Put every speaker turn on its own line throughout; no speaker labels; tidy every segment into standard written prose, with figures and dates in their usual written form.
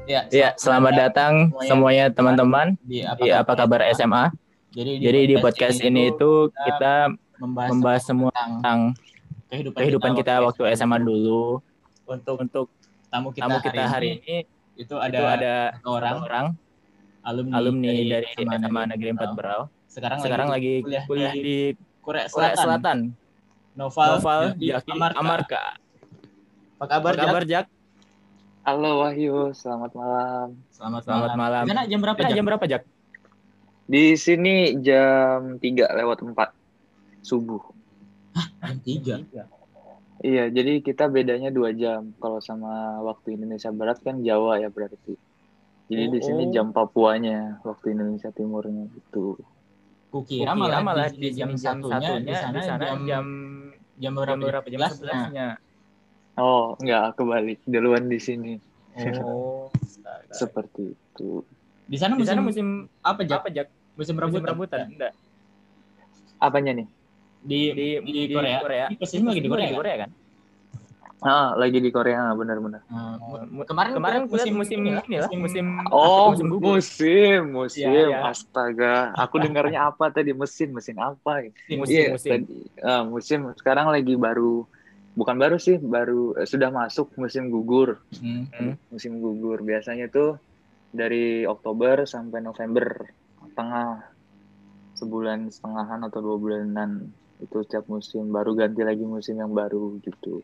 Ya, selamat datang semuanya teman-teman
di
di Apa Kabar SMA. Jadi di podcast ini itu kita membahas semua tentang kehidupan kita waktu SMA dulu.
Untuk
Untuk
tamu
tamu
kita
kita
hari
hari
ini
ini
itu
itu
ada
ada
satu
satu
orang
orang
alumni
alumni
dari
dari
SMA
SMA
Negeri
Negeri 4
Berau.
Berau.
Sekarang
Sekarang
lagi
lagi
kuliah
kuliah
di
di
Korea
Korea
Selatan.
Selatan.
Noval
Noval Jaki
Amarka.
Amarka.
Apa kabar,
Apa kabar, Jak?
Halo Wahyu, selamat malam.
Selamat
Selamat malam.
Di sana jam berapa, Jak?
Jam berapa, Jak?
Di sini jam 3:04 subuh.
Jam 3.
Iya, jadi kita bedanya 2 jam. Kalau sama waktu Indonesia Barat kan Jawa ya berarti. Jadi di sini jam Papuanya, waktu Indonesia Timurnya gitu.
Kukira malah di jam satunya, di sana jam berapa? Jam 11-nya.
Oh, enggak, kebalik. Duluan di sini.
Oh,
Seperti itu.
Di sana musim apa, Jak? Musim
Musim
rambutan?
rambutan. Enggak.
Apanya nih?
Di Korea. Ini posisinya lagi di Korea kan?
Lagi di Korea, benar-benar.
Kemarin musim inilah, musim gugur.
Musim.
Ya.
Astaga, aku dengarnya apa tadi? Mesin apa?
Musim.
Tadi, musim sekarang lagi bukan baru sih, sudah masuk musim gugur. Musim gugur biasanya tuh dari Oktober sampai November tengah, sebulan setengahan atau 2 bulanan itu setiap musim, baru ganti lagi musim yang baru gitu.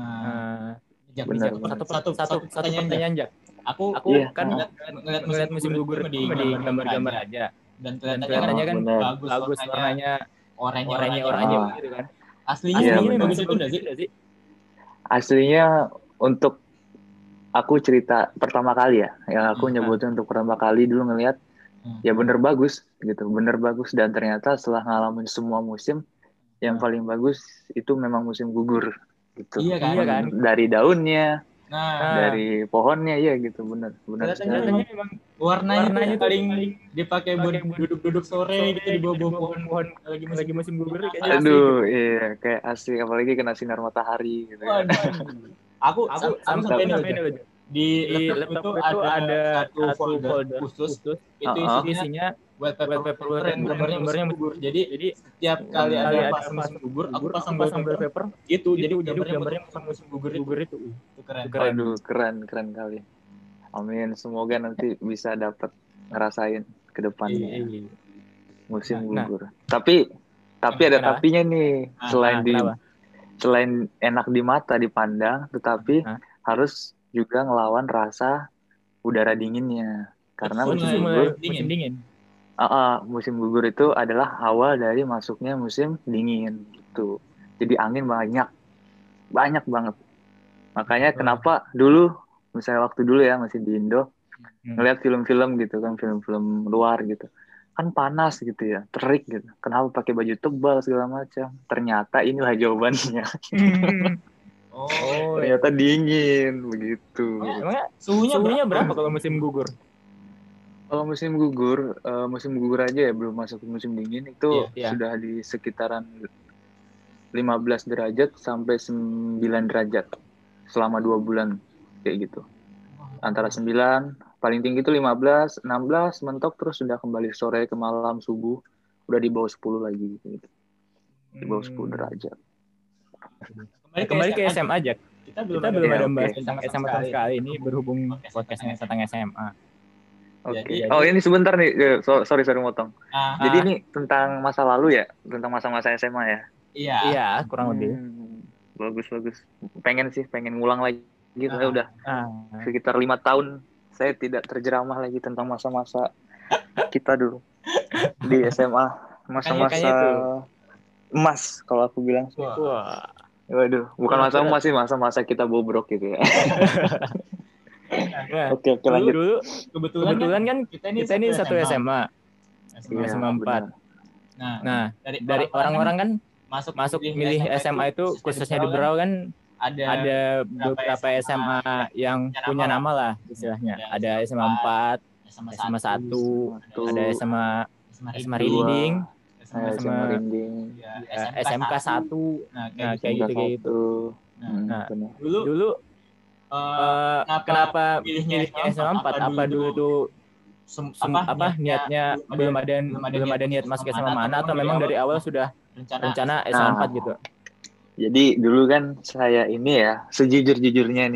Benar. Satu pertanyaan, Jak. Aku kan ngeliat musim gugur di gambar-gambar aja. Dan kelihatannya kan bagus warnanya oranye gitu kan. Aslinya memang bagus itu enggak sih?
Aslinya untuk aku cerita pertama kali ya, yang aku nyebutin untuk pertama kali dulu ngelihat ya bener bagus gitu, bener bagus, dan ternyata setelah ngalamin semua musim yang paling bagus itu memang musim gugur gitu.
Iya kan?
Dari daunnya, dari pohonnya, ya gitu, bener.
Kelihatannya memang warnanya tuh paling dipakai buat duduk-duduk sore gitu di bawah pohon lagi musim gugur kayaknya.
Aduh, iya kayak asik, apalagi kena sinar matahari gitu.
Waduh. Aku sampai ini di laptop itu ada satu folder khusus itu isinya wallpaper yang gambarnya musim gugur. Jadi setiap kali ada pas musim gugur, aku pasang wallpaper itu. Jadi gambarnya musim gugur itu. Itu keren.
Aduh, keren kali. Amin, semoga nanti bisa dapat ngerasain ke depannya musim gugur. Tapi ada tapinya nih. Selain enak di mata dipandang, tetapi harus juga ngelawan rasa udara dinginnya. Karena musim
dingin.
Musim gugur itu adalah awal dari masuknya musim dingin gitu. Jadi angin banyak banget. Makanya kenapa dulu, misalnya waktu dulu ya masih di Indo, ngeliat film-film gitu kan, film-film luar gitu, kan panas gitu ya, terik gitu. Kenapa pakai baju tebal segala macam? Ternyata inilah jawabannya. Ternyata dingin begitu.
Emangnya suhunya berapa kalau musim gugur?
Kalau musim gugur aja ya, belum masuk ke musim dingin itu sudah di sekitaran 15 derajat sampai 9 derajat selama 2 bulan kayak gitu. Antara 9, paling tinggi itu 15, 16 mentok, terus sudah kembali sore ke malam subuh udah di bawah 10 lagi gitu. Di bawah 10 derajat.
Kembali ke SMA aja. Kita belum ada bahas tentang SMA sama sekali. Ini berhubung podcastnya tentang SMA.
Oke. Oh, ini sebentar nih. Sorry motong. Jadi ini tentang masa lalu ya, tentang masa-masa SMA ya.
Iya, kurang lebih.
Bagus. Pengen ngulang lagi gitu. Udah sekitar 5 tahun saya tidak terjeramah lagi tentang masa-masa kita dulu di SMA. Masa-masa emas kalau aku bilang.
Wah.
Waduh, bukan masa emas sih, masa-masa kita bobrok gitu ya. Oke, lanjut.
Dulu kebetulan kan kita ini satu SMA. SMA 4. Nah, dari orang-orang kan masuk milih SMA itu khususnya di Berau kan ada beberapa SMA yang punya nama lah istilahnya. Ada SMA 4, SMA 1, ada SMA Rinding, SMA SMK 1. Nah, kayak gitu. Nah, dulu kenapa milihnya SMA 4? Apa dulu tuh niatnya belum ada niat masuk SMA mana, atau memang dari awal sudah rencana SMA 4 gitu?
Jadi dulu kan saya ini ya, sejujurnya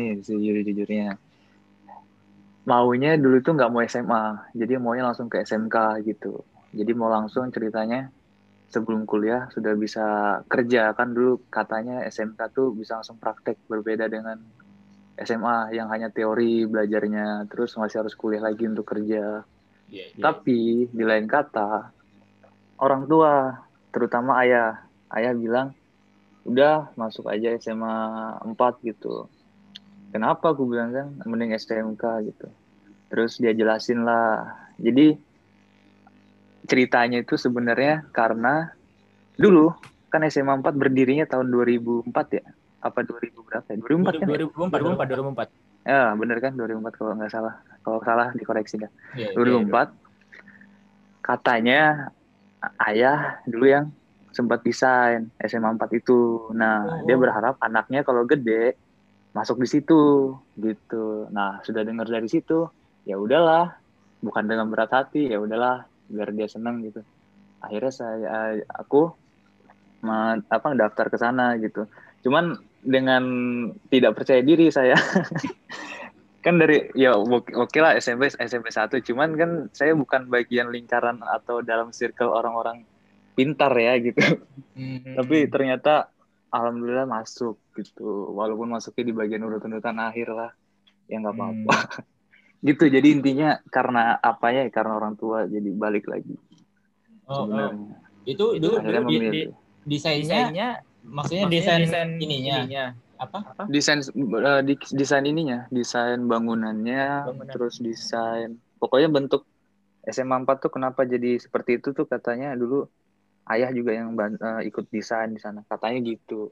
maunya dulu tuh nggak mau SMA, jadi maunya langsung ke SMK gitu. Jadi mau langsung ceritanya sebelum kuliah sudah bisa kerja, kan dulu katanya SMK tuh bisa langsung praktek, berbeda dengan SMA yang hanya teori belajarnya, terus masih harus kuliah lagi untuk kerja. Tapi di lain kata, orang tua, terutama ayah bilang, udah masuk aja SMA 4 gitu. Kenapa aku bilang kan, mending SMK gitu. Terus dia jelasin lah. Jadi ceritanya itu sebenarnya karena dulu kan SMA 4 berdirinya tahun 2004 ya. Apa 2000 berapa ya? 2004 kan?
2004.
Ya, bener kan 2004 kalau nggak salah. Kalau salah dikoreksi kan. 2004. Katanya ayah dulu yang sempat desain SMA 4 itu. Nah, dia berharap anaknya kalau gede masuk di situ gitu. Nah, sudah dengar dari situ, ya udahlah, bukan dengan berat hati, ya udahlah biar dia senang gitu. Akhirnya aku daftar ke sana gitu. Cuman dengan tidak percaya diri saya. Kan dari ya oke lah SMP 1, cuman kan saya bukan bagian lingkaran atau dalam circle orang-orang pintar ya gitu. Tapi ternyata alhamdulillah masuk gitu, walaupun masuknya di bagian urutan akhir lah, ya nggak apa-apa. Gitu. Jadi intinya karena apa ya, karena orang tua, jadi balik lagi sebenarnya.
Itu dulu desainnya maksudnya desain ininya apa?
Desain ininya, desain bangunannya, terus desain pokoknya bentuk SMA 4 tuh kenapa jadi seperti itu tuh katanya dulu ayah juga yang ikut desain di sana, katanya gitu.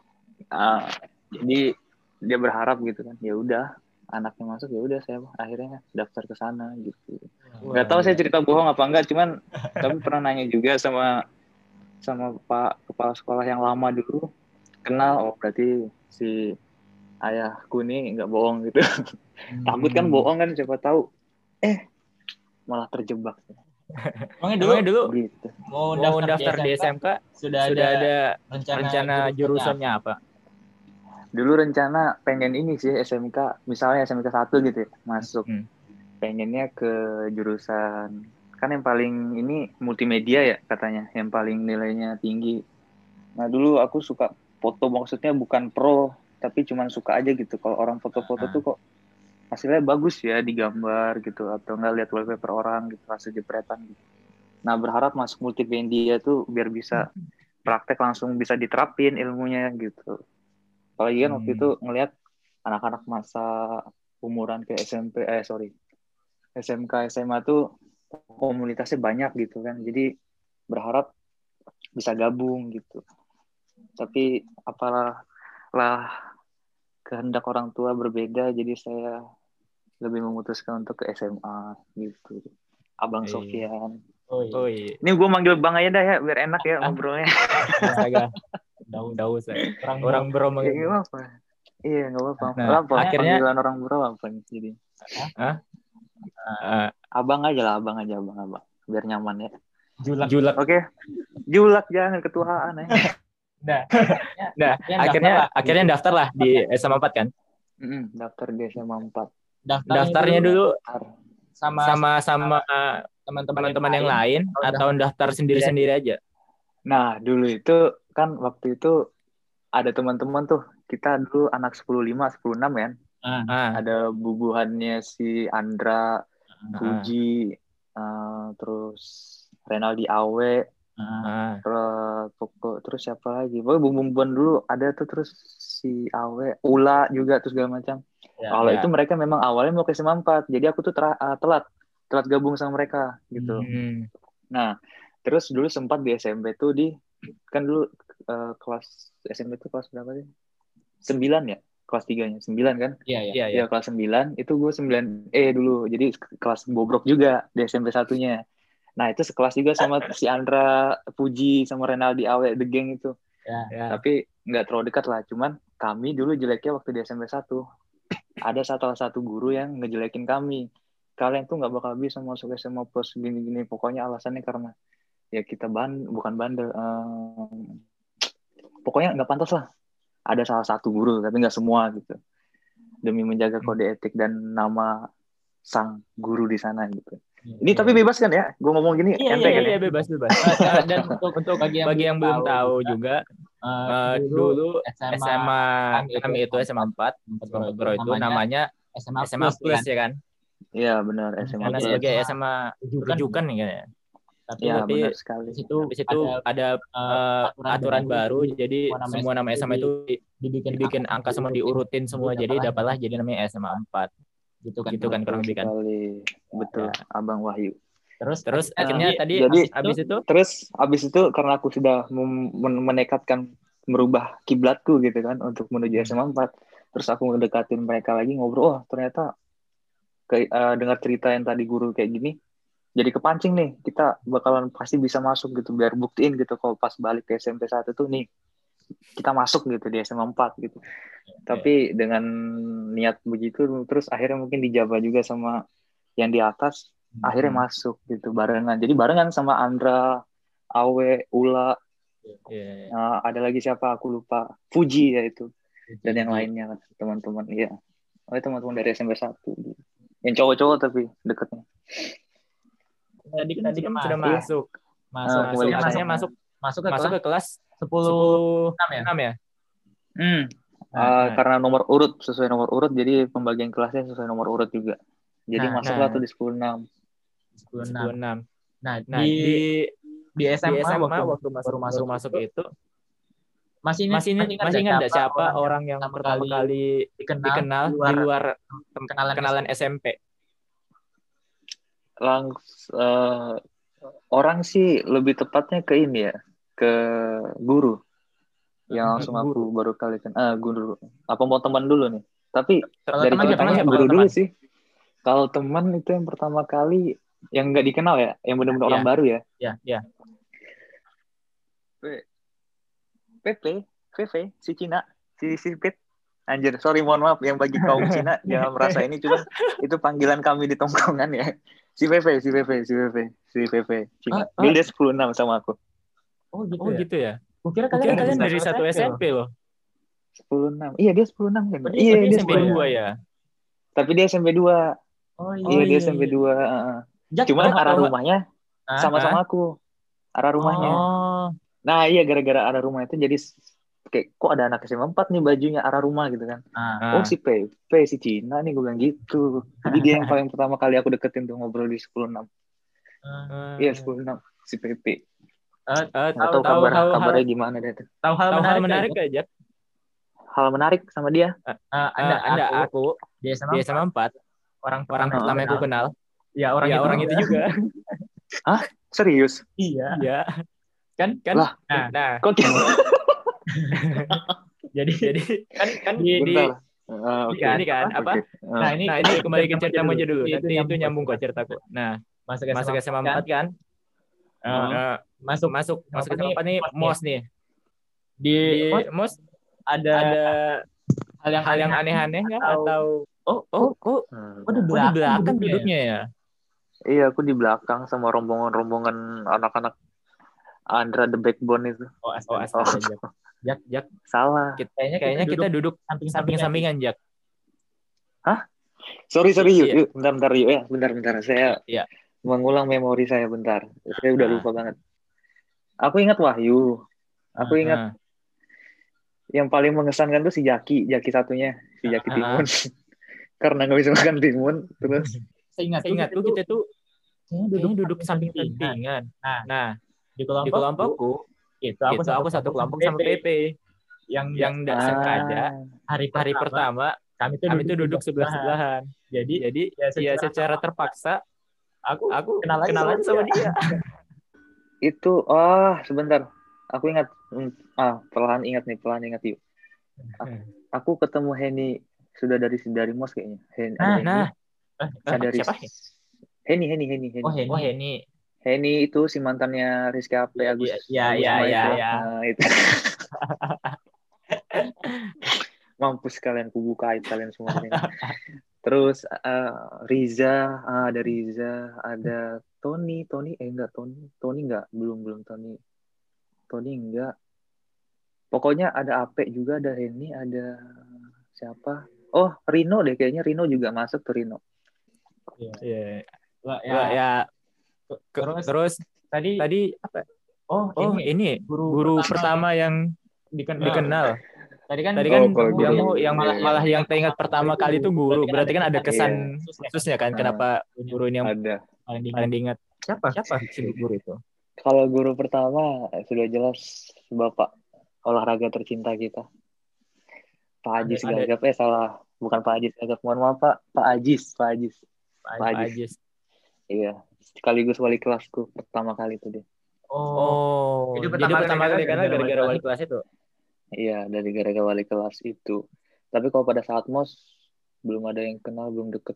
Jadi dia berharap gitu kan, ya udah anaknya masuk, ya udah saya akhirnya daftar ke sana gitu. Nggak tahu saya cerita bohong apa enggak, cuman kami pernah nanya juga sama Pak Kepala Sekolah yang lama dulu, kenal, oh berarti si ayahku nih nggak bohong gitu. Takut kan bohong kan, siapa tahu malah terjebak.
Makanya dulu gitu. Mau daftar di SMK sudah ada rencana jurusannya apa?
Dulu rencana pengen ini sih SMK, misalnya SMK 1 gitu ya, masuk. Pengennya ke jurusan, kan yang paling ini multimedia ya katanya, yang paling nilainya tinggi. Nah dulu aku suka foto, maksudnya bukan pro, tapi cuman suka aja gitu. Kalau orang foto-foto tuh kok hasilnya bagus ya di gambar gitu, atau nggak lihat wallpaper orang gitu, hasil jepretan gitu. Nah berharap masuk multimedia tuh biar bisa praktek langsung bisa diterapin ilmunya gitu. Apalagi kan waktu itu ngelihat anak-anak masa umuran ke SMK, SMA tuh komunitasnya banyak gitu kan. Jadi berharap bisa gabung gitu. Tapi apalah kehendak orang tua berbeda, jadi saya lebih memutuskan untuk ke SMA gitu. Abang Sofyan. Ini gue manggil Bang aja dah ya, biar enak ya ngobrolnya.
Astaga. Daus saya. Orang bro manggil.
Iya, nggak apa. Iya, nggak apa-apa.
Nah, akhirnya
panggilan orang bro apa nih jadi? Abang aja, abang. Biar nyaman ya.
Julak.
Oke. Julak, jangan ketuaan ya.
Nah, akhirnya daftar lah di SMA 4 kan?
Daftar di SMA 4.
Daftarnya dulu sama teman-teman yang lain atau daftar sendiri-sendiri aja?
Nah, dulu itu kan waktu itu ada teman-teman tuh, kita dulu anak 10.5, 10.6 kan. Ada bubuhannya si Andra, Puji, terus Renaldi Awe, terus siapa lagi? Bumbuan dulu ada tuh, terus si Awe, Ula juga, terus segala macam. Kalau itu mereka memang awalnya mau ke SMA 4, jadi aku tuh telat gabung sama mereka gitu. Nah, terus dulu sempat di SMP tuh kan dulu kelas SMP tuh kelas berapa sih? 9 ya? Kelas 3-nya 9 kan? Iya. Kelas 9 itu gue 9E dulu. Jadi kelas bobrok juga di SMP 1-nya. Nah, itu sekelas juga sama si Andra, Puji, sama Renaldi Awe, The Gang itu. Tapi nggak terlalu dekat lah. Cuman kami dulu jeleknya waktu di SMP 1. ada satu guru yang ngejelekin kami. Kalian tuh nggak bakal bisa masuk SMA plus gini-gini. Pokoknya alasannya karena ya kita bukan bandel. Pokoknya nggak pantas lah. Ada salah satu guru, tapi nggak semua gitu. Demi menjaga kode etik dan nama sang guru di sana gitu. Ini tapi bebas kan ya? Gue ngomong gini
enteng kan ya? Bebas. Dan untuk bagi yang belum tahu juga, dulu SMA kami itu SMA 4 Bro itu namanya SMA Plus ya kan?
Iya benar, SMA
Karena sebagai SMA rujukan ya. Tapi
benar sekali.
Di situ ada aturan baru, jadi semua nama SMA itu dibikin angka semua, diurutin semua, jadi dapatlah jadi namanya SMA 4. Gitu kan kurang lebih kan.
Betul, Abang Wahyu.
Terus akhirnya tadi
abis itu karena aku sudah menekatkan merubah kiblatku gitu kan untuk menuju SMA 4. Terus aku mendekatin mereka lagi, ngobrol, ternyata dengar cerita yang tadi guru kayak gini, jadi kepancing nih, kita bakalan pasti bisa masuk gitu, biar buktiin gitu kalau pas balik ke SMP 1 tuh nih kita masuk gitu di SMA 4 gitu. Tapi dengan niat begitu, terus akhirnya mungkin dijaba juga sama yang di atas, akhirnya masuk gitu barengan. Jadi barengan sama Andra, Awe, Ula, ada lagi siapa aku lupa, Fuji ya itu, dan yang lainnya teman-teman. Iya, teman-teman dari SMP 1 yang cowok-cowok tapi deketnya.
Tadi kan sudah masuk ke kelas 10 6 ya.
Karena nomor urut, sesuai nomor urut, jadi pembagian kelasnya sesuai nomor urut juga. Jadi masuklah tuh di 10-6.
Nah, di SMA waktu baru masuk itu masih ingat enggak siapa orang yang pertama kali dikenal di luar kenalan SMP?
Orang sih lebih tepatnya ke ini ya, ke guru. Yang langsung aku baru kali kan guru. Apa mau teman dulu nih? Tapi dari ceritanya guru dulu sih. Kalau teman itu yang pertama kali yang nggak dikenal ya, yang benar-benar orang baru ya.
Iya.
VV, si Cina, si Pit. Anjir, sorry mohon maaf yang bagi kaum Cina jangan merasa ini, cuma itu panggilan kami di tongkrongan ya. Si VV Cina. Dia 10-6 sama aku.
Oh gitu ya. Kira kalian dari satu SMP loh.
10-6. Iya, dia 10-6 kan.
Iya, dia SMP 2 ya.
Tapi dia SMP 2. Dia SMP 2. Cuman arah rumahnya sama-sama aku. Arah rumahnya. Nah, iya gara-gara arah rumah itu jadi kayak kok ada anak SMA 4 nih bajunya arah rumah gitu kan. Si si Cina nih, gue bilang gitu. Jadi dia yang paling pertama kali aku deketin tuh ngobrol di 10-6. Iya, 10-6 si PP. Tahu kabarnya gimana dia tuh.
Tahu hal menarik aja.
Hal menarik sama dia.
Aku di SMA 4 orang pertama yang aku kenal. Ya orang itu juga.
Hah? Serius?
Iya. Kan
lah.
Nah.
Kok gitu?
jadi kan di ini kan apa? Nah, ini kembali ke ceritamu aja dulu. Nanti itu nyambung kok ceritaku. Nah, masuk SMA 4 kan? Masuk SMA 4 nih, MOS nih. Di MOS ada hal yang aneh-aneh nggak atau kok di belakang duduknya ya?
Iya, aku di belakang sama rombongan anak-anak Andra the Backbone itu.
Jak.
Salah.
Kayaknya kita duduk samping-sampingan, Jak.
Hah? Sorry yuk. Bentar yuk ya. Bentar. Saya mengulang memori saya bentar. Saya udah lupa banget. Aku ingat Wahyu. Aku ingat yang paling mengesankan tuh si Jaki satunya, si Jaki Timun. Karena nggak bisa makan timun, terus
saya ingat tuh kita tuh duduk samping-sampingan. Nah, di kelompokku itu aku satu kelompok sama PP yang tidak sengaja hari pertama kami tuh duduk sebelah-sebelahan. Jadi ya secara terpaksa aku kenalan sama dia.
Itu sebentar. Aku ingat perlahan ingat yuk. Aku ketemu Henny sudah dari MOS kayaknya.
Siapa?
Henny.
Oh, Henny.
Henny itu si mantannya Rizky Ape Agus.
Iya.
Itu. Mampus kalian, kubuka kalian semua ini. Terus Riza, ada Riza, ada Tony enggak, belum Tony enggak. Pokoknya ada Ape juga, ada Reni, ada siapa? Oh, Rino deh kayaknya, Rino juga masuk tuh, Rino.
Iya. Ya. Terus tadi apa? Oh, ini guru pertama yang dikenal. Tadi kan yang malah yang teringat pertama kali itu guru. Berarti kan ada kesan khususnya kan kenapa guru ini yang
ada
paling diingat. Siapa si guru itu?
Kalau guru pertama sudah jelas Bapak olahraga tercinta kita. Pak Ajis Gagap, salah. Bukan Pak Ajis Gagap, mohon maaf Pak Ajis. Iya, sekaligus wali kelasku pertama kali itu dia.
Oh, jadi pertama kali karena gara-gara wali kelas itu?
Iya, dari gara-gara wali kelas itu. Tapi kalau pada saat MOS, belum ada yang kenal, belum deket.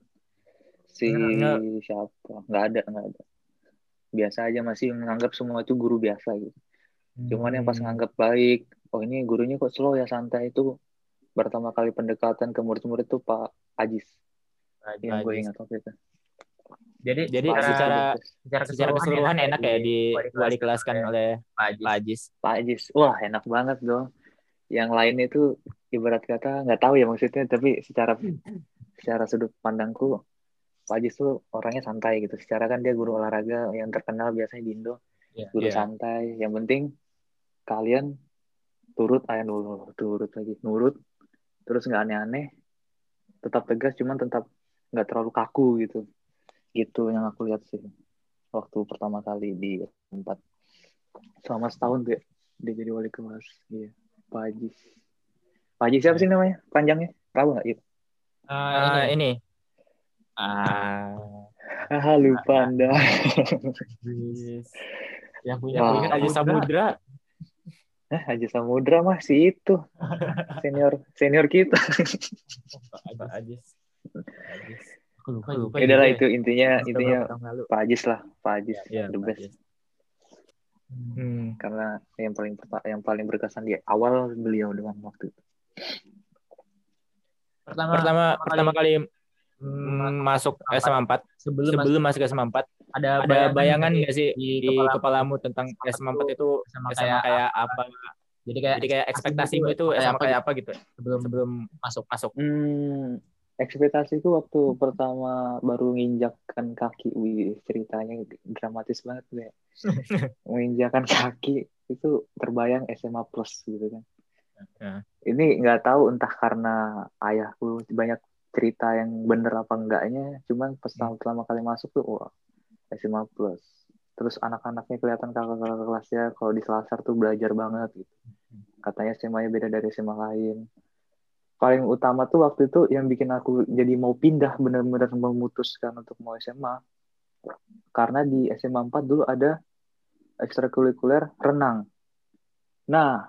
Siapa? Nggak ada. Biasa aja, masih menganggap semua itu guru biasa gitu. Cuman yang pas nganggap baik, oh ini gurunya kok slow ya, santai, itu pertama kali pendekatan ke murid-murid itu Pak Ajis. Yang gue ingat waktu itu.
Jadi secara keseluruhan enak ya diwali kelaskan oleh Pak Ajis.
Pak Ajis, wah enak banget dong. Yang lain itu ibarat kata nggak tahu ya maksudnya, tapi secara sudut pandangku Pak Ajis tuh orangnya santai gitu. Secara kan dia guru olahraga yang terkenal biasanya di Indo, guru santai. Yang penting kalian nurut terus nggak aneh-aneh, tetap tegas, cuman tetap nggak terlalu kaku gitu yang aku lihat sih waktu pertama kali di tempat. Selama setahun dia jadi wali kelas. Iya, Pak Haji siapa sih namanya panjangnya, tahu nggak itu?
Ini
lupa Anda.
Yang punya Haji Samudra.
Haji Samudra masih itu senior kita.
Pak Ajis.
Lupa lah itu intinya Pak Ajis lah, Pak Ajis the best. Karena yang paling berkesan di awal beliau dengan waktu itu.
Pertama kali masuk SMA 4, sebelum masuk SMA 4 ada bayangan nggak sih di kepalamu tentang SMA 4 itu SMA kayak apa? Jadi kayak ekspektasimu itu SMA kayak apa gitu sebelum masuk.
Ekspektasiku waktu pertama baru menginjakkan kaki, ceritanya dramatis banget gue. Menginjakkan kaki itu terbayang SMA plus gitu kan. Ini nggak tahu entah karena ayahku banyak cerita yang bener apa enggaknya, cuman pas pertama kali masuk tuh SMA plus. Terus anak-anaknya kelihatan kakak-kakak kelasnya kalau di Selasar tuh belajar banget gitu. Katanya SMA-nya beda dari SMA lain. Paling utama tuh waktu itu yang bikin aku jadi mau pindah, benar-benar memutuskan untuk mau SMA. Karena di SMA 4 dulu ada ekstrakurikuler renang. Nah,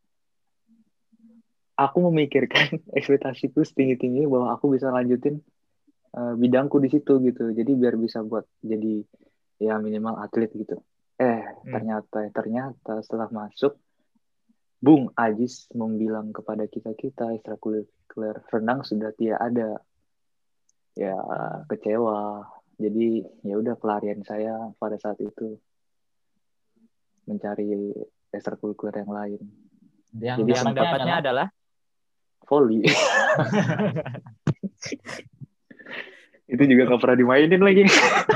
aku memikirkan ekspektasiku setinggi-tinggi bahwa aku bisa lanjutin bidangku di situ gitu. Jadi biar bisa buat jadi ya minimal atlet gitu. Ternyata setelah masuk, Bung Ajis membilang kepada kita ekstrakurikuler renang sudah tidak ada. Ya kecewa. Jadi ya udah, pelarian saya pada saat itu mencari ekstrakurikuler yang lain.
Jadi yang dapatnya adalah
volley. Itu juga gak pernah dimainin lagi.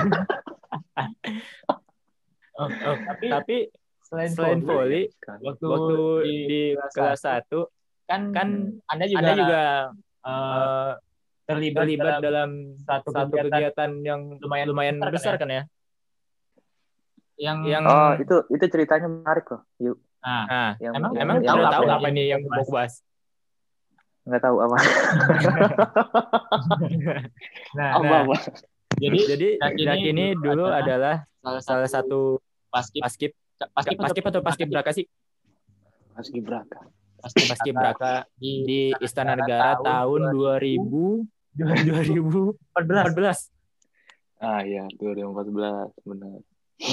Tapi selain volley, waktu di kelas 1 kan Anda juga terlibat dalam satu kegiatan yang lumayan besar kan ya? Yang
itu ceritanya menarik loh. Yuk.
Emang udah tahu apa ini yang mau bahas?
Nggak tahu apa.
Apa. Jadi ini dulu adalah salah satu paskib atau paskibraka sih? Paskibraka di Istana Negara tahun 2014.
Iya, 2014 benar.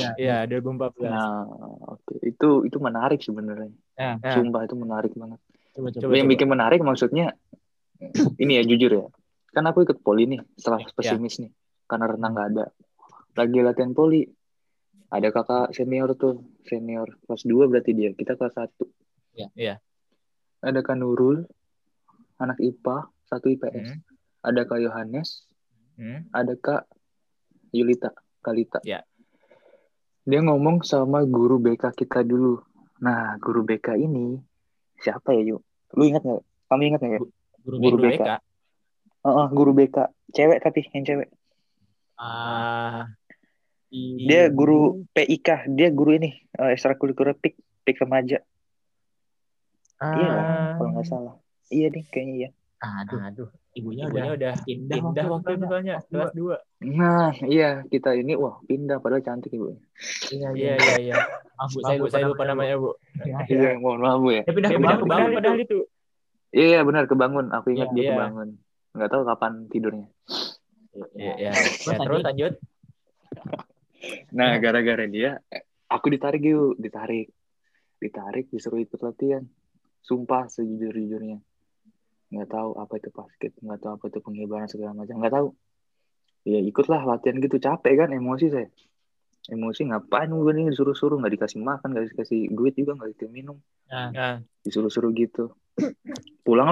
Iya, 2014.
Nah, oke. Itu menarik sebenarnya. Sumpah itu menarik banget. Yang bikin menarik maksudnya ini ya, jujur ya, kan aku ikut poli nih setelah pesimis nih karena renang nggak ada. Lagi latihan poli, ada kakak senior kelas 2 berarti dia, kita kelas 1.
Iya.
Ada Kak Nurul, anak IPA 1 IPS. Ada Kak Yohanes, ada Kak Kalita.
Iya.
Dia ngomong sama guru BK kita dulu. Nah, guru BK ini siapa ya, Yuk? Lu ingat nggak? Kamu ingat nggak ya? Guru BK. Guru BK. Cewek tapi, yang cewek. Dia guru PIK. Dia guru ini, ekstrakurikuler PIK remaja. Iya kan? Kalau nggak salah. Iya nih, kayaknya iya.
Aduh. Ibunya udah pindah waktu itu soalnya, kelas 2.
Nah, iya, kita ini, pindah, padahal cantik ibunya.
Iya. Maaf, saya lupa namanya, Bu.
Iya, mohon maaf, Bu ya.
Pindah ke Bangun padahal itu.
Iya, benar, ke Bangun. Aku ingat dia ke Bangun. Nggak tahu kapan tidurnya.
Iya. Terus lanjut.
Nah, gara-gara dia, aku ditarik, disuruh ikut latihan. Sumpah, sejujur-jujurnya. Nggak tahu apa itu basket, nggak tahu apa itu pengibaran segala macam, nggak tahu. Ya ikutlah latihan gitu, capek kan, emosi saya. Emosi, ngapain gue nih disuruh-suruh, nggak dikasih makan, nggak dikasih duit juga, nggak dikasih minum. Disuruh-suruh gitu. Pulang.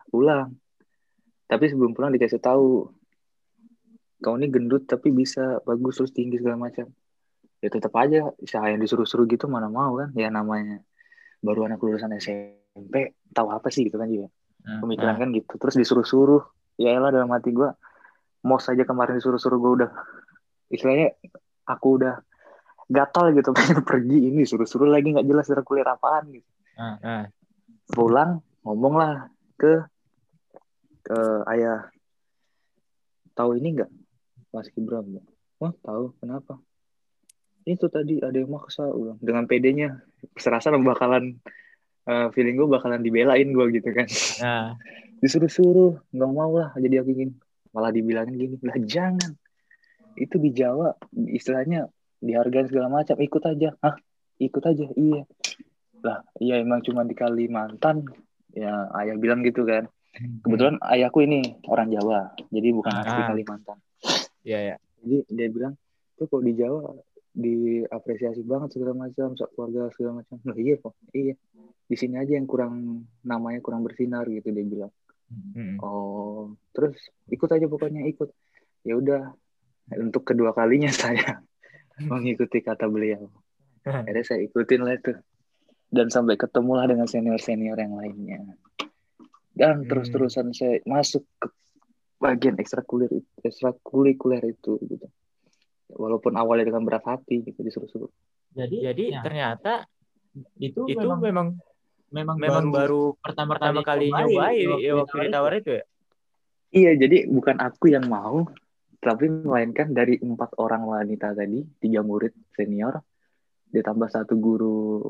Tapi sebelum pulang dikasih tahu, kau ini gendut tapi bisa bagus terus tinggi segala macam. Ya tetap aja saya yang disuruh-suruh gitu mana mau kan, ya namanya baru anak lulusan SMP, tahu apa sih gitu kan juga. Pemikiran kan gitu. Terus disuruh-suruh, ya elah, dalam hati gue, mos aja kemarin disuruh-suruh, gue udah istilahnya aku udah gatal gitu, pengen pergi, ini suruh-suruh lagi nggak jelas kuliah apaan gitu. Pulang ngomong lah ke ayah, tahu ini nggak Mas Gibran? Wah, tahu, kenapa? Itu tadi ada yang maksa, ulang dengan pedenya, serasa bakalan feeling gue bakalan dibelain gue gitu kan. Disuruh-suruh, nggak mau lah, jadi aku ingin, malah dibilangin gini, lah jangan, itu di Jawa istilahnya dihargain segala macam, ikut aja. Ikut aja, iya lah, iya emang cuma di Kalimantan ya, ayah bilang gitu kan. Kebetulan ayahku ini orang Jawa, jadi bukan asli Kalimantan.
Iya.
Jadi dia bilang, tuh kok di Jawa diapresiasi banget segala macam, keluarga segala macam. Loh iya kok, iya. Di sini aja yang namanya kurang bersinar gitu, dia bilang. Oh, terus ikut aja pokoknya, ikut. Ya udah, untuk kedua kalinya saya mengikuti kata beliau. Akhirnya saya ikutin lah itu. Dan sampai ketemulah dengan senior-senior yang lainnya. Dan terus-terusan saya masuk ke bagian ekstrakurikuler itu gitu. Walaupun awalnya dengan berat hati gitu, disuruh-suruh.
Jadi ternyata itu memang baru pertama kali nyobain waktu ditawar itu ya?
Iya, jadi bukan aku yang mau, tapi melainkan dari 4 orang wanita tadi, 3 murid senior, ditambah 1 guru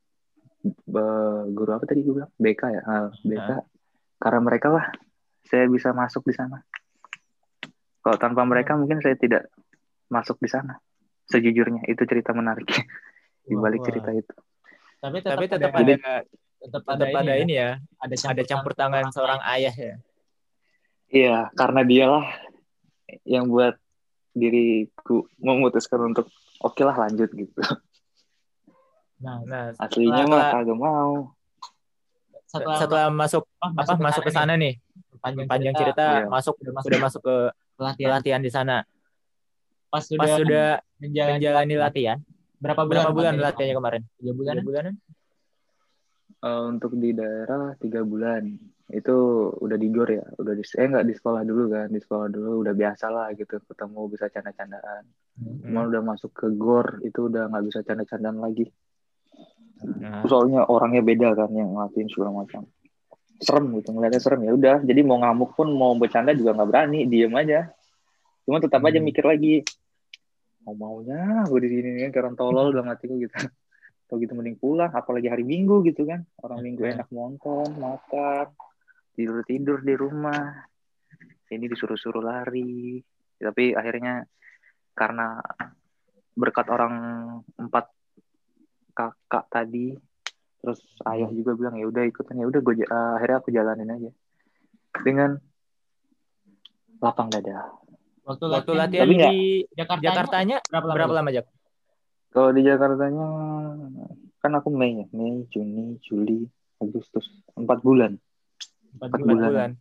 apa tadi gue bilang? BK ya? BK. Karena mereka lah saya bisa masuk di sana. Kalau tanpa mereka mungkin saya tidak masuk di sana. Sejujurnya itu cerita menarik di balik cerita itu.
Tapi tetap ada ini ya. Ada campur tangan seorang ayah ya.
Iya, karena dialah yang buat diriku memutuskan untuk oke lah lanjut gitu.
Nah
aslinya mah kagak mau.
Setelah masuk ke sana nih, panjang cerita, udah masuk ke pelatihan di sana. Pas sudah menjalani latihan, berapa bulan latihannya kemarin? 3 bulanan?
Untuk di daerah 3 bulan. Itu udah di GOR ya, nggak di sekolah dulu kan, di sekolah dulu udah biasa lah gitu, ketemu bisa canda-candaan. Cuma udah masuk ke GOR itu udah nggak bisa canda-candaan lagi. Soalnya orangnya beda kan yang ngelakuin segala macam. Serem gitu, ngeliatnya serem. Ya udah, jadi mau ngamuk pun mau bercanda juga nggak berani, diem aja. Cuma tetap aja mikir lagi, maunya gue di sini kan karena tolol dalam hatiku gitu. Kalau gitu mending pulang, apalagi hari Minggu gitu kan, orang Minggu enak nonton, makan, tidur di rumah. Ini disuruh-suruh lari. Tapi akhirnya karena berkat orang 4 kakak tadi, Terus ayah juga bilang ya udah ikutan, ya udah gue akhirnya aku jalanin aja dengan lapang dada.
Waktu latihan di Jakartanya berapa lama, Jak?
Kalau di Jakartanya kan aku Mei, Juni, Juli, Agustus, 4 bulan. 4 bulan.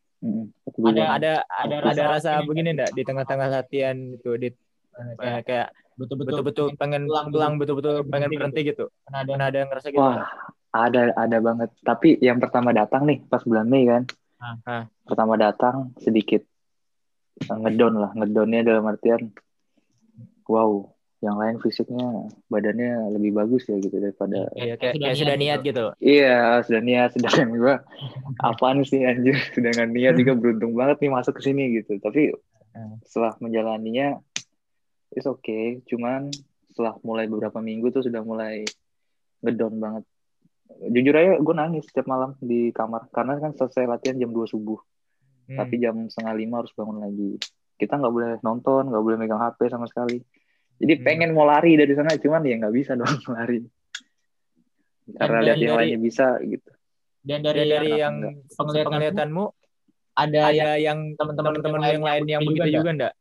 Ada rasa begini enggak di tengah-tengah latihan itu, kayak betul-betul pengen pulang, betul-betul pengen berhenti gitu? Pernah ada ngerasa gitu?
Wah, ada banget. Tapi yang pertama datang nih pas bulan Mei kan. Pertama datang sedikit ngedownnya dalam artian wow, yang lain fisiknya badannya lebih bagus ya gitu daripada
kayak sudah niat gitu.
Iya, sudah niat, sedangkan gue apaan sih anjir, sedangkan niat juga beruntung banget nih masuk ke sini gitu. Tapi setelah menjalaninya it's okay, cuman setelah mulai beberapa minggu tuh sudah mulai ngedown banget. Jujur aja gue nangis setiap malam di kamar karena kan selesai latihan jam 2 subuh. Tapi jam 4:30 harus bangun lagi. Kita nggak boleh nonton, nggak boleh megang HP sama sekali. Jadi pengen mau lari dari sana, cuman ya nggak bisa dong lari. Karena lihat yang lainnya bisa gitu.
Dan dari yang penglihatanmu, ada yang teman-teman yang lain yang begitu juga enggak?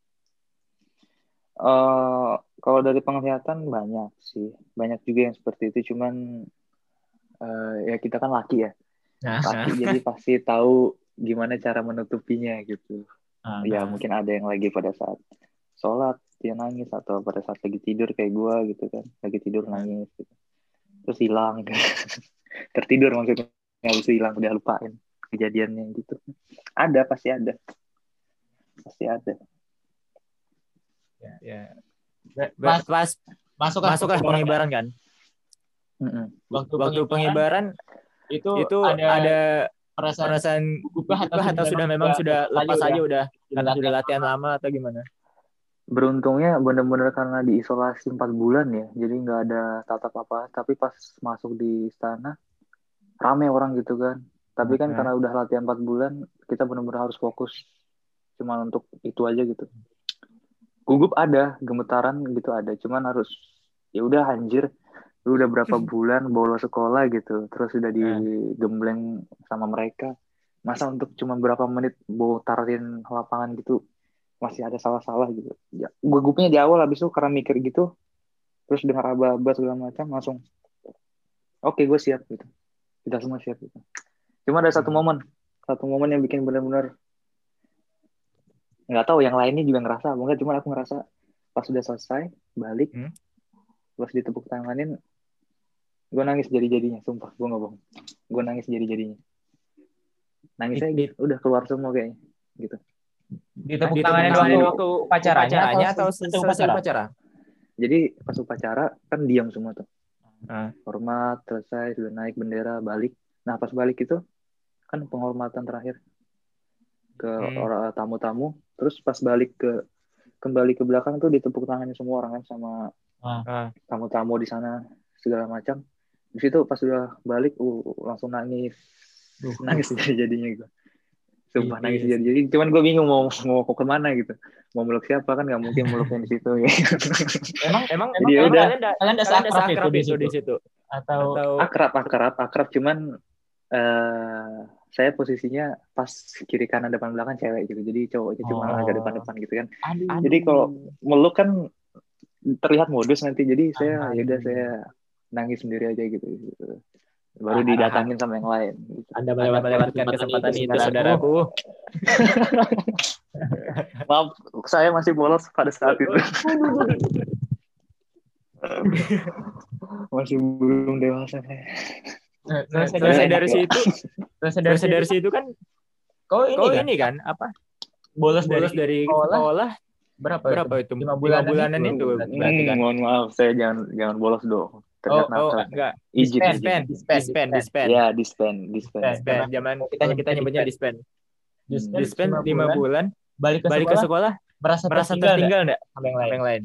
Kalau dari penglihatan banyak sih. Banyak juga yang seperti itu, cuman ya kita kan laki ya. Laki jadi pasti tahu gimana cara menutupinya gitu. Ya mungkin ada yang lagi pada saat sholat dia nangis, atau pada saat lagi tidur kayak gue gitu kan, lagi tidur nangis gitu. Terus hilang tertidur maksudnya, habis hilang udah lupain kejadiannya gitu. Pasti ada
ya. Pas masuklah pengibaran kan. Waktu pengibaran itu ada perasaan gugup atau sudah memang sudah lepas aja udah karena sudah latihan lama atau gimana?
Beruntungnya benar-benar karena diisolasi 4 bulan ya, jadi nggak ada tatap apa. Tapi pas masuk di istana rame orang gitu kan. Tapi kan karena udah latihan 4 bulan, kita benar-benar harus fokus cuma untuk itu aja gitu. Gugup ada, gemetaran gitu ada, cuman harus ya udah anjir, lu udah berapa bulan bolos sekolah gitu, terus udah digembleng sama mereka, masa untuk cuma berapa menit botarin lapangan gitu masih ada salah-salah gitu. Ya, gugupnya di awal, habis itu karena mikir gitu, terus dengar aba-aba segala macam, langsung oke, gue siap gitu. Kita semua siap gitu. Cuma ada satu momen yang bikin benar-benar nggak tahu yang lainnya juga ngerasa apa enggak, cuma aku ngerasa pas sudah selesai balik, pas ditepuk tanganin, gue nangis jadi-jadinya, sumpah gue nggak bohong, gue nangis jadi-jadinya, nangisnya gitu, udah keluar semua kayaknya gitu.
Ditepuk tangannya waktu upacaranya atau selesai upacara?
Jadi pas upacara kan diam semua tuh, hormat, selesai, sudah naik bendera, balik. Nah pas balik itu kan penghormatan terakhir ke orang tamu-tamu, terus pas kembali ke belakang tuh ditepuk tangannya semua orang kan sama tamu-tamu di sana segala macam. Di situ pas sudah balik langsung nangis jadinya gitu. Sumpah nangis jadi. Cuman gue bingung mau kemana gitu. Mau meluk siapa, kan nggak mungkin meluknya di situ. Ya.
Emang kalian udah akrab itu di situ? Atau
akrab, cuman saya posisinya pas kiri kanan depan belakang cewek gitu. Jadi cowoknya cuma agak depan gitu kan. Jadi kalau meluk kan terlihat modus nanti. Jadi saya nangis sendiri aja gitu. Baru didatangin sama yang lain. Gitu.
Anda melewatkan kesempatan itu, saudaraku.
Maaf, saya masih bolos pada saat itu. Masih belum dewasa.
Selesai dari situ kan kau ini kan apa? Bolos dari sekolah berapa itu? 5 bulanan itu berarti kan.
Mohon maaf, saya jangan bolos dong.
Enggak. Dispen.
Ya, dispen.
Zaman kita nyebutnya dispen. Dispen 5 bulan. Balik ke sekolah merasa tertinggal enggak sama yang lain?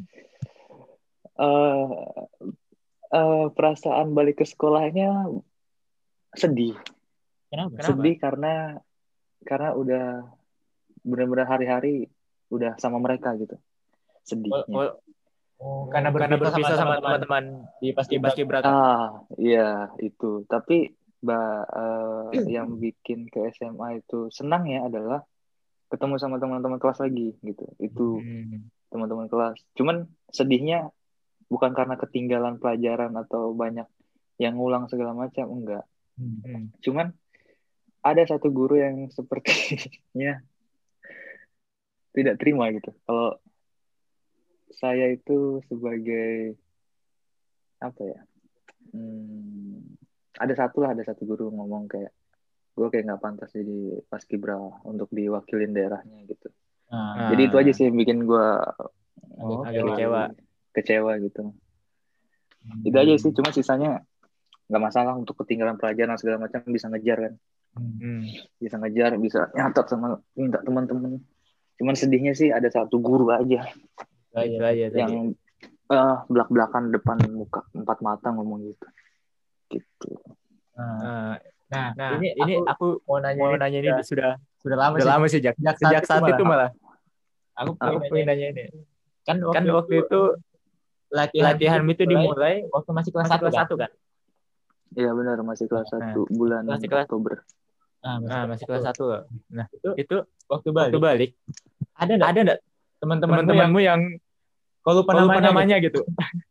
Perasaan balik ke sekolahnya sedih.
Kenapa?
Sedih karena udah benar-benar hari-hari udah sama mereka gitu. Sedihnya.
Karena berpisah sama teman-teman di Paskibraka.
Iya itu. Tapi yang bikin ke SMA itu senang ya adalah ketemu sama teman-teman kelas lagi gitu. Itu teman-teman kelas. Cuman sedihnya bukan karena ketinggalan pelajaran atau banyak yang ngulang segala macam, enggak. Cuman ada satu guru yang sepertinya tidak terima gitu. Kalau saya itu sebagai apa ya? Ada satu guru ngomong kayak gue kayak nggak pantas jadi paskibra untuk diwakilin daerahnya gitu. Jadi itu aja sih yang bikin gue
agak
kecewa gitu. Itu aja sih, cuma sisanya nggak masalah untuk ketinggalan pelajaran segala macam bisa ngejar kan. Bisa ngejar, bisa nyatat sama minta teman-teman. Cuman sedihnya sih ada satu guru aja yang belak-belakan depan muka 4 mata ngomong gitu.
Nah, ini aku mau nanya ini sudah lama sih
sejak saat itu malah.
Aku pengen nanya ini. Kan waktu itu latihan itu dimulai waktu masih kelas 1 kan?
Iya benar, masih kelas 1 bulan Oktober.
Masih kelas 1. Nah, itu waktu balik ada enggak teman-temanmu yang kalau lupa namanya gitu?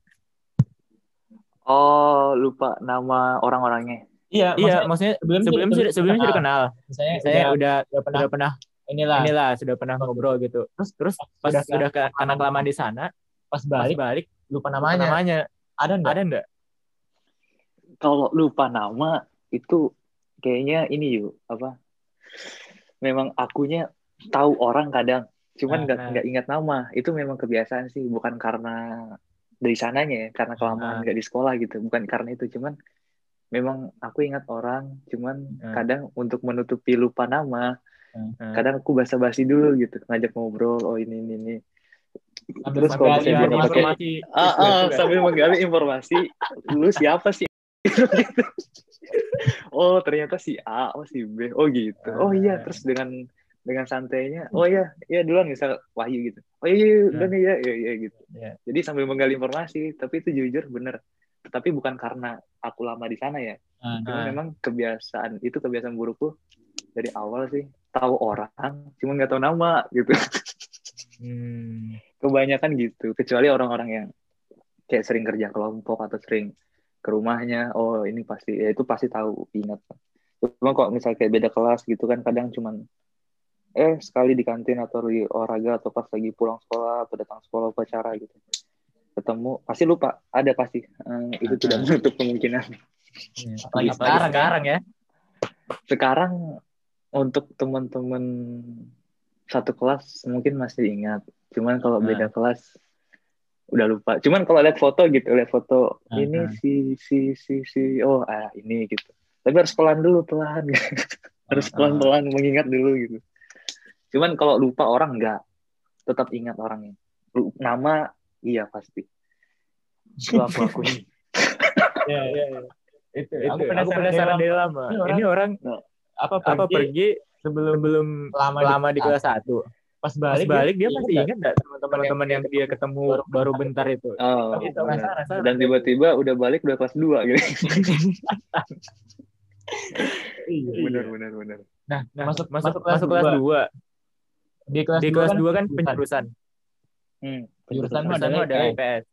Oh, lupa nama orang-orangnya.
Iya,
maksudnya sebelumnya sudah kenal. Saya udah pernah sudah pernah ngobrol gitu. Terus pas sudah karena kelamaan di sana, pas balik lupa namanya. Ada enggak?
Kalau lupa nama itu kayaknya ini memang akunya tahu orang kadang, cuman nggak ingat nama. Itu memang kebiasaan sih, bukan karena dari sananya ya, karena kelamaan nggak di sekolah gitu, bukan karena itu, cuman memang aku ingat orang, cuman kadang untuk menutupi lupa nama, kadang aku basa-basi dulu gitu, ngajak ngobrol, oh ini. Terus kalau misalnya dia pakai sambil menggali informasi, lu siapa sih? Gitu. Oh ternyata si A, oh si B, oh gitu. Oh iya, terus dengan santainya, oh iya duluan misal Wahyu gitu. Oh iya udah nih ya gitu. Jadi sambil menggali informasi, tapi itu jujur bener. Tapi bukan karena aku lama di sana ya. Cuma memang kebiasaan burukku dari awal sih, tahu orang, cuma nggak tahu nama gitu. Kebanyakan gitu, kecuali orang-orang yang kayak sering kerja kelompok atau sering ke rumahnya, oh ini pasti, ya itu pasti tahu, ingat. Cuma kok misalnya kayak beda kelas gitu kan, kadang cuman sekali di kantin atau di olahraga atau pas lagi pulang sekolah atau datang sekolah upacara gitu, ketemu pasti lupa, ada pasti. Itu tidak menutup kemungkinan.
Apalagi sekarang ya.
Sekarang untuk teman-teman satu kelas mungkin masih ingat, cuman kalau beda kelas udah lupa. Cuman kalau lihat foto ini si ini gitu. Tapi harus pelan gitu. Harus pelan-pelan mengingat dulu gitu. Cuman kalau lupa orang enggak, tetap ingat orangnya. Nama iya pasti. Aku ini.
Ya. Itu aku penasaran dari lama. Ini orang apa pergi sebelum lama di kelas 1. Pas balik dia masih ingat enggak teman-teman yang dia ketemu baru bentar itu?
Oh, itu dan tiba-tiba udah balik udah kelas 2 gitu. Benar.
Nah, masuk kelas 2. Di kelas 2 kan penjurusan. Penjurusanmu adalah IPS.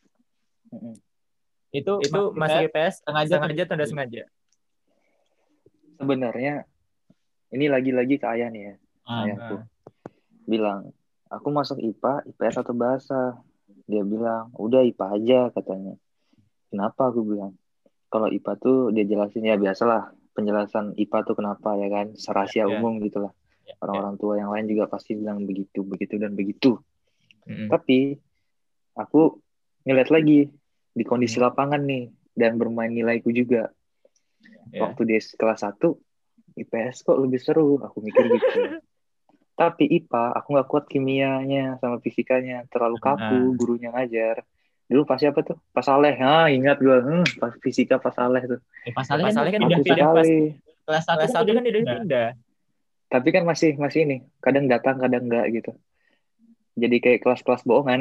Itu masih IPS sengaja atau tidak sengaja?
Sebenarnya ini lagi-lagi ke ayah nih ya. Ayahku bilang, aku masuk IPA, IPS atau bahasa. Dia bilang, udah IPA aja katanya. Kenapa? Aku bilang, kalau IPA tuh dia jelasin ya biasalah penjelasan IPA tuh kenapa ya kan, rahasia umum gitulah. Orang-orang tua yang lain juga pasti bilang begitu dan begitu. Tapi aku ngeliat lagi di kondisi lapangan nih dan bermain nilaiku juga. Waktu di kelas 1 IPS kok lebih seru, aku mikir gitu. Tapi IPA aku nggak kuat kimianya sama fisikanya, terlalu kaku gurunya ngajar. Dulu pas siapa tuh? Pas Saleh. Ingat gue. Pas fisika Pas Saleh tuh.
Pas Saleh kan pindah
kelas
1 kan dia pindah.
Tapi kan masih ini, kadang datang kadang enggak gitu. jadi kayak kelas-kelas bohongan.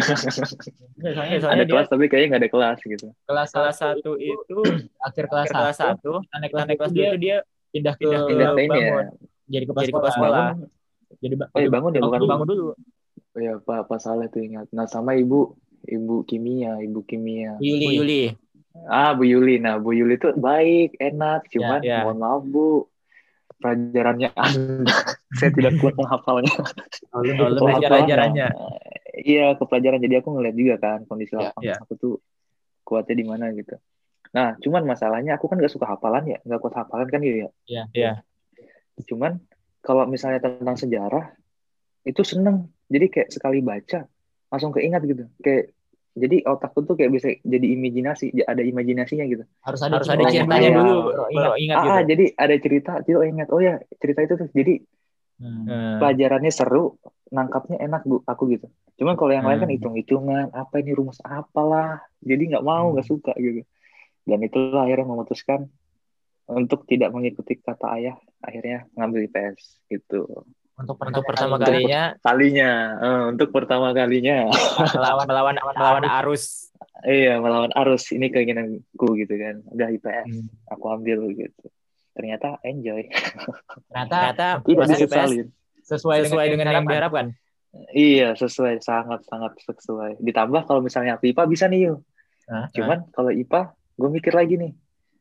Soalnya
ada kelas tapi kayaknya nggak ada kelas gitu.
Kelas 1 itu akhir kelas 1 kita naik kelas 2 itu dia pindah ke
ini ya.
Jadi kepala sekolah.
Jadi bangun ya, bukan bangun dulu. Oh ya, Pak Saleh tuh ingat. Nah, sama Ibu kimia.
Bu Yuli.
Bu Yuli. Nah, Bu Yuli tuh baik, enak, cuman mohon maaf Bu, pelajarannya saya tidak kuat menghafalnya.
Pelajarannya.
Iya, ke pelajaran. Jadi aku ngeliat juga kan kondisi lapangan aku tuh kuatnya di mana gitu. Nah, cuman masalahnya aku kan gak suka hafalan ya, gak kuat hafalan kan gitu ya.
Iya.
Cuman kalau misalnya tentang sejarah itu seneng. Jadi kayak sekali baca langsung keingat gitu. Kayak jadi otakku tuh kayak bisa jadi ada imajinasinya gitu.
Harus ada ceritanya dulu baru ingat gitu.
Jadi ada cerita, jadi ingat. Oh ya, cerita itu tuh. Jadi pelajarannya seru, nangkapnya enak aku gitu. Cuman kalau yang lain kan hitung-hitungan, apa ini rumus apalah. Jadi nggak mau, nggak suka gitu. Dan itulah akhirnya memutuskan untuk tidak mengikuti kata ayah, akhirnya ngambil IPS gitu.
Untuk pertama kalinya
untuk pertama kalinya
melawan arus.
Iya, melawan arus. Ini keinginanku gitu kan. Udah IPS, aku ambil gitu. Ternyata enjoy.
Ternyata
tidak disesalin.
Sesuai dengan yang diharapkan.
Iya, sesuai, sangat sesuai. Ditambah kalau misalnya aku IPA bisa nih yuk. Cuman kalau IPA, gue mikir lagi nih.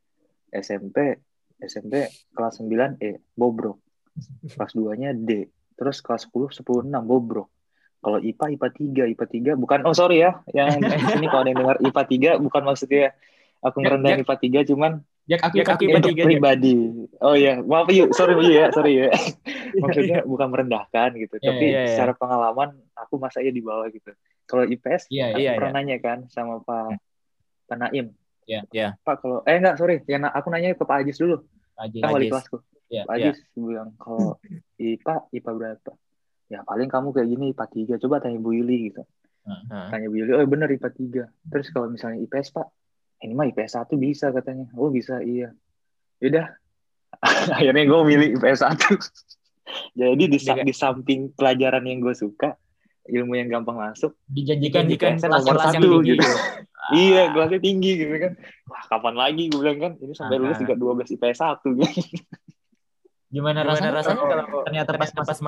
SMP kelas 9 bobrok. Kelas 2-nya D. Terus kelas 10 6 bobrok. Kalau IPA 3 bukan, sorry ya, yang di sini kalau ada yang dengar IPA 3 bukan maksudnya aku merendahin IPA 3, cuman
aku IPA 3
pribadi. Oh ya, maaf yuk, sorry ya. Maksudnya bukan merendahkan gitu, tapi secara pengalaman aku masa di bawah gitu. Kalau IPS aku pernah nanya kan sama Pak Naim.
Iya.
Pak kalau enggak, sorry, yang aku nanya ke Pak Ajis dulu. Kan wali kelasku. Pak Ajis bilang kalau IPA berapa? Ya paling kamu kayak gini IPA 3, coba tanya Bu Yuli gitu. Tanya Bu Yuli, bener IPA 3. Terus kalau misalnya IPS Pak, ini mah IPS 1 bisa katanya. Oh bisa, iya. Yaudah, akhirnya gue milih IPS 1. Jadi di samping pelajaran yang gue suka, ilmu yang gampang masuk,
dijanjikan
nomor 1 gitu. Iya, kelasnya tinggi gitu kan. Wah, kapan lagi gue bilang kan, ini sampai lulus juga 12 IPS 1 gitu.
Gimana rasanya kalau ternyata pas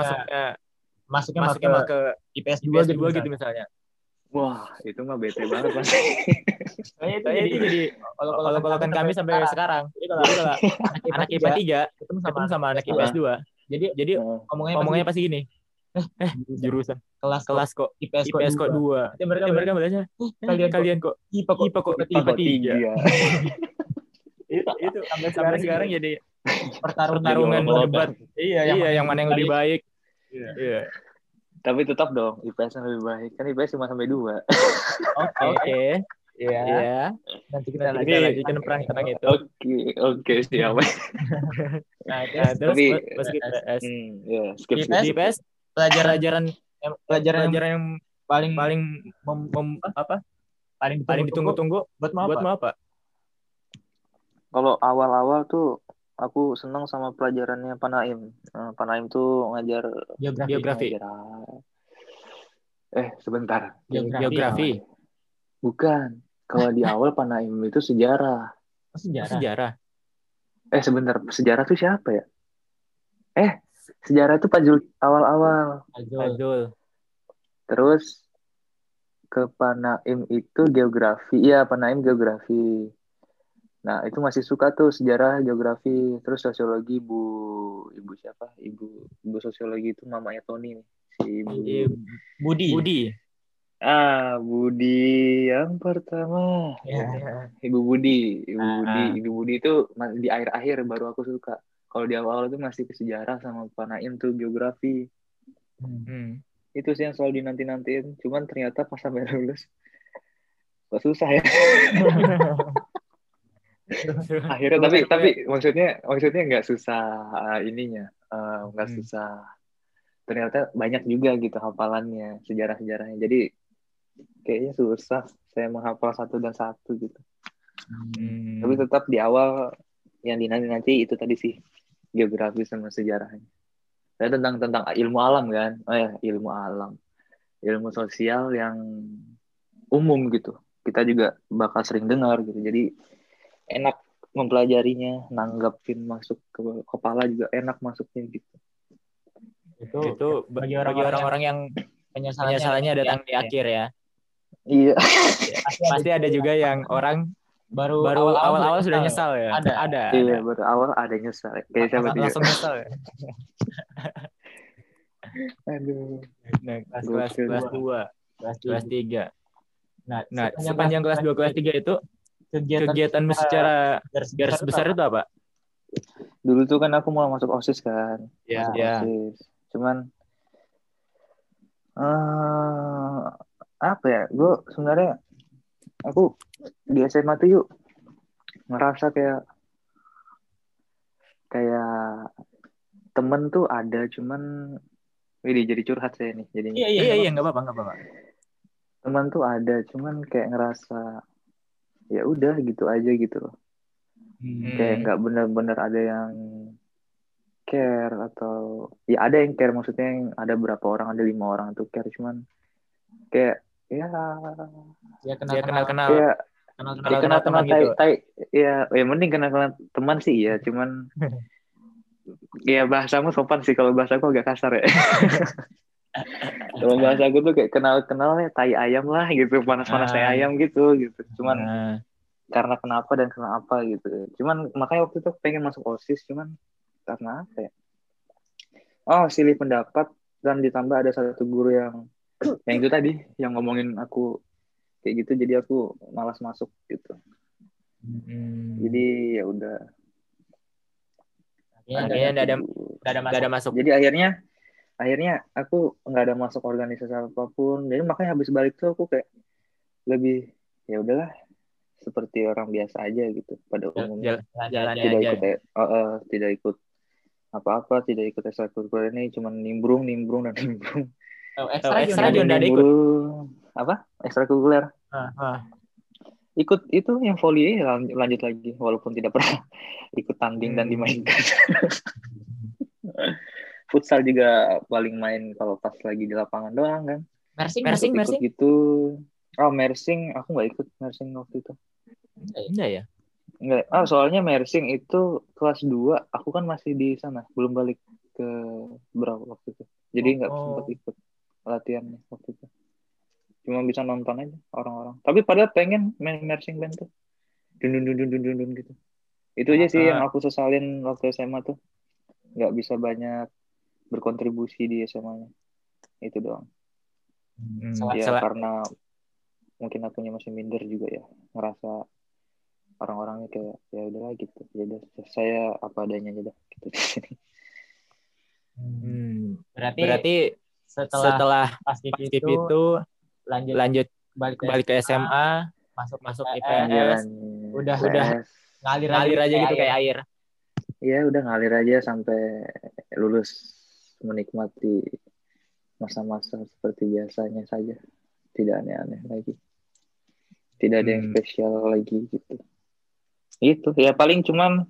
masuknya ke IPS 2 gitu misalnya.
Wah, itu mah bete banget Mas.
Kayaknya itu jadi kalau kami sampai sekarang. Jadi kalau anak IPA 3 ketemu sama anak IPS 2. Jadi ngomongnya pasti gini. Jurusan kelas kok IPS kok 2. Mereka bilangnya kalian kok IPA kok IPA 3. Itu sampai sekarang jadi pertarungan debat. Iya, yang mana yang lebih baik. Iya.
Tapi tetap dong IPS yang lebih baik. Kan IPS cuma sampai 2.
Oke. Iya. Nanti kita lanjutkan perang itu.
Oke, siap.
Nah,
terus skip IPS pelajaran yang paling ditunggu-tunggu buat mau apa?
Kalau awal-awal tuh aku senang sama pelajarannya Pak Naim. Pak Naim tuh ngajar
geografi.
Sebentar.
Geografi.
Bukan. Kalau di awal Pak Naim itu sejarah.
Sejarah.
Sebentar. Sejarah tuh siapa ya? Sejarah itu Pak Jul awal-awal.
Pak Jul.
Terus ke Pak Naim itu geografi. Iya, Pak Naim geografi. Nah, itu masih suka tuh sejarah, geografi. Terus sosiologi ibu siapa? Ibu sosiologi itu mamanya Tony nih. Si
Budi.
Budi yang pertama. Ibu Budi itu di akhir-akhir baru aku suka. Kalau di awal itu masih ke sejarah sama Pak Naim tuh geografi. Itu sih yang selalu dinanti-nantiin. Cuman ternyata pas sampai lulus kok susah ya. Akhirnya tapi maksudnya nggak susah ininya, nggak susah. Ternyata banyak juga gitu hafalannya, sejarah-sejarahnya. Jadi kayaknya susah saya menghafal 1 dan 1 gitu. Tapi tetap di awal yang dinanti itu tadi sih geografi sama sejarahnya. Saya tentang ilmu alam kan. Ilmu alam. ilmu sosial yang umum gitu. Kita juga bakal sering dengar gitu. Jadi enak mempelajarinya, nanggapin masuk ke kepala juga enak masuknya gitu.
Itu bagi orang-orang yang penyesalannya datang di akhir ya.
Iya.
Pasti ada juga yang orang baru awal-awal sudah nyesal ya. Ada.
Iya, baru awal ada nyesal. Kayak siapa
langsung nyesal ya.
Aduh.
Nah, kelas 2, kelas 3. Nah, sepanjang kelas 2, kelas 3 itu kegiatanmu secara garis besar itu apa?
Dulu tuh kan aku mau masuk OSIS kan.
Iya.
OSIS. Cuman apa ya? Gue sebenarnya aku di SMA tuh yuk ngerasa kayak temen tuh ada, cuman ini jadi curhat saya nih. Jadi
iya nggak apa-apa.
Teman tuh ada, cuman kayak ngerasa ya udah gitu aja gitu loh. Kayak nggak benar-benar ada yang care, atau ya ada yang care, maksudnya yang ada berapa orang, ada 5 orang tuh care, cuman kayak ya kenal teman gitu. Ya mending kenal teman sih ya, cuman ya bahasamu sopan sih, kalau bahasaku agak kasar ya. Kalau bahasa aku tuh kayak kenal-kenalnya tai ayam lah gitu, panas-panas tai ayam gitu. Cuman karena kenapa gitu. Cuman makanya waktu itu pengen masuk OSIS, cuman karena apa ya? Silih pendapat, dan ditambah ada satu guru yang itu tadi yang ngomongin aku kayak gitu, jadi aku malas masuk gitu. Jadi ya udah.
Akhirnya nggak ada masuk.
Jadi akhirnya aku nggak ada masuk organisasi apapun. Jadi makanya habis balik tuh aku kayak lebih ya udahlah, seperti orang biasa aja gitu pada umumnya. Tidak ikut apa-apa, tidak ikut ekstrakurikuler ini, cuma nimbrung.
Ekstra juga nggak ada ikut.
Apa? Ekstrakurikuler. Ikut itu yang volley, lanjut lagi walaupun tidak pernah ikut tanding dan dimainkan. Futsal juga paling main kalau pas lagi di lapangan doang kan.
Mersing
gitu. Mersing aku nggak ikut mersing waktu itu.
Enggak ya?
Enggak. Soalnya mersing itu kelas 2, aku kan masih di sana, belum balik ke Berau waktu itu. Jadi nggak sempat ikut latihannya waktu itu. Cuma bisa nonton aja orang-orang. Tapi padahal pengen main marching band tuh. Dun gitu. Itu aja sih yang aku sesalin waktu SMA tuh. Nggak bisa banyak berkontribusi di SMA-nya. Itu doang. Karena mungkin akunya masih minder juga ya. Ngerasa orang-orangnya kayak ya udahlah gitu. Ya udah, saya apa adanya aja dah gitu di sini.
Berarti setelah paskib itu lanjut balik ke SMA, masuk IPS, udah ngalir aja gitu kayak air.
Iya, udah ngalir aja sampai lulus, menikmati masa-masa seperti biasanya saja, tidak aneh-aneh lagi, tidak ada yang spesial lagi gitu. Itu ya paling cuman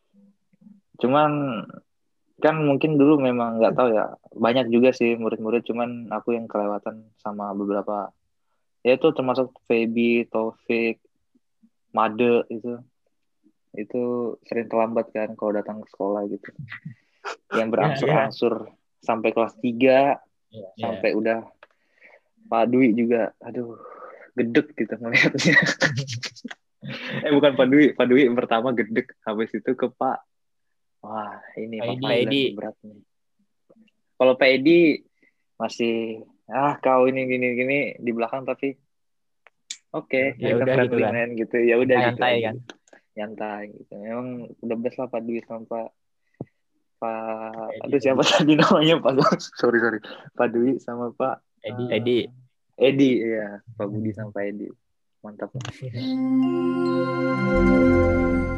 kan mungkin dulu memang nggak tahu ya, banyak juga sih murid-murid, cuman aku yang kelewatan sama beberapa, ya itu termasuk Feby, Taufik, Made, itu sering terlambat kan kalau datang ke sekolah gitu, yang berangsur-angsur sampai kelas 3 sampai udah Pak Dwi juga, aduh gedek gitu ngelihatnya. Bukan Pak Dwi yang pertama gedek, habis itu ke Pak, wah ini Pak Edi berat nih. Kalau Pak Edi masih kau ini gini di belakang, tapi oke,
ya udah gitu kan.
Gitu. Ya udah gitu.
Nyantai kan.
Nyantai gitu. Memang udah best lah Pak Dwi sama aduh siapa tadi namanya Pak? Sorry. Pak Dwi sama Pak
Edi.
Ya, Pak Budi sama Pak Edi. Mantap.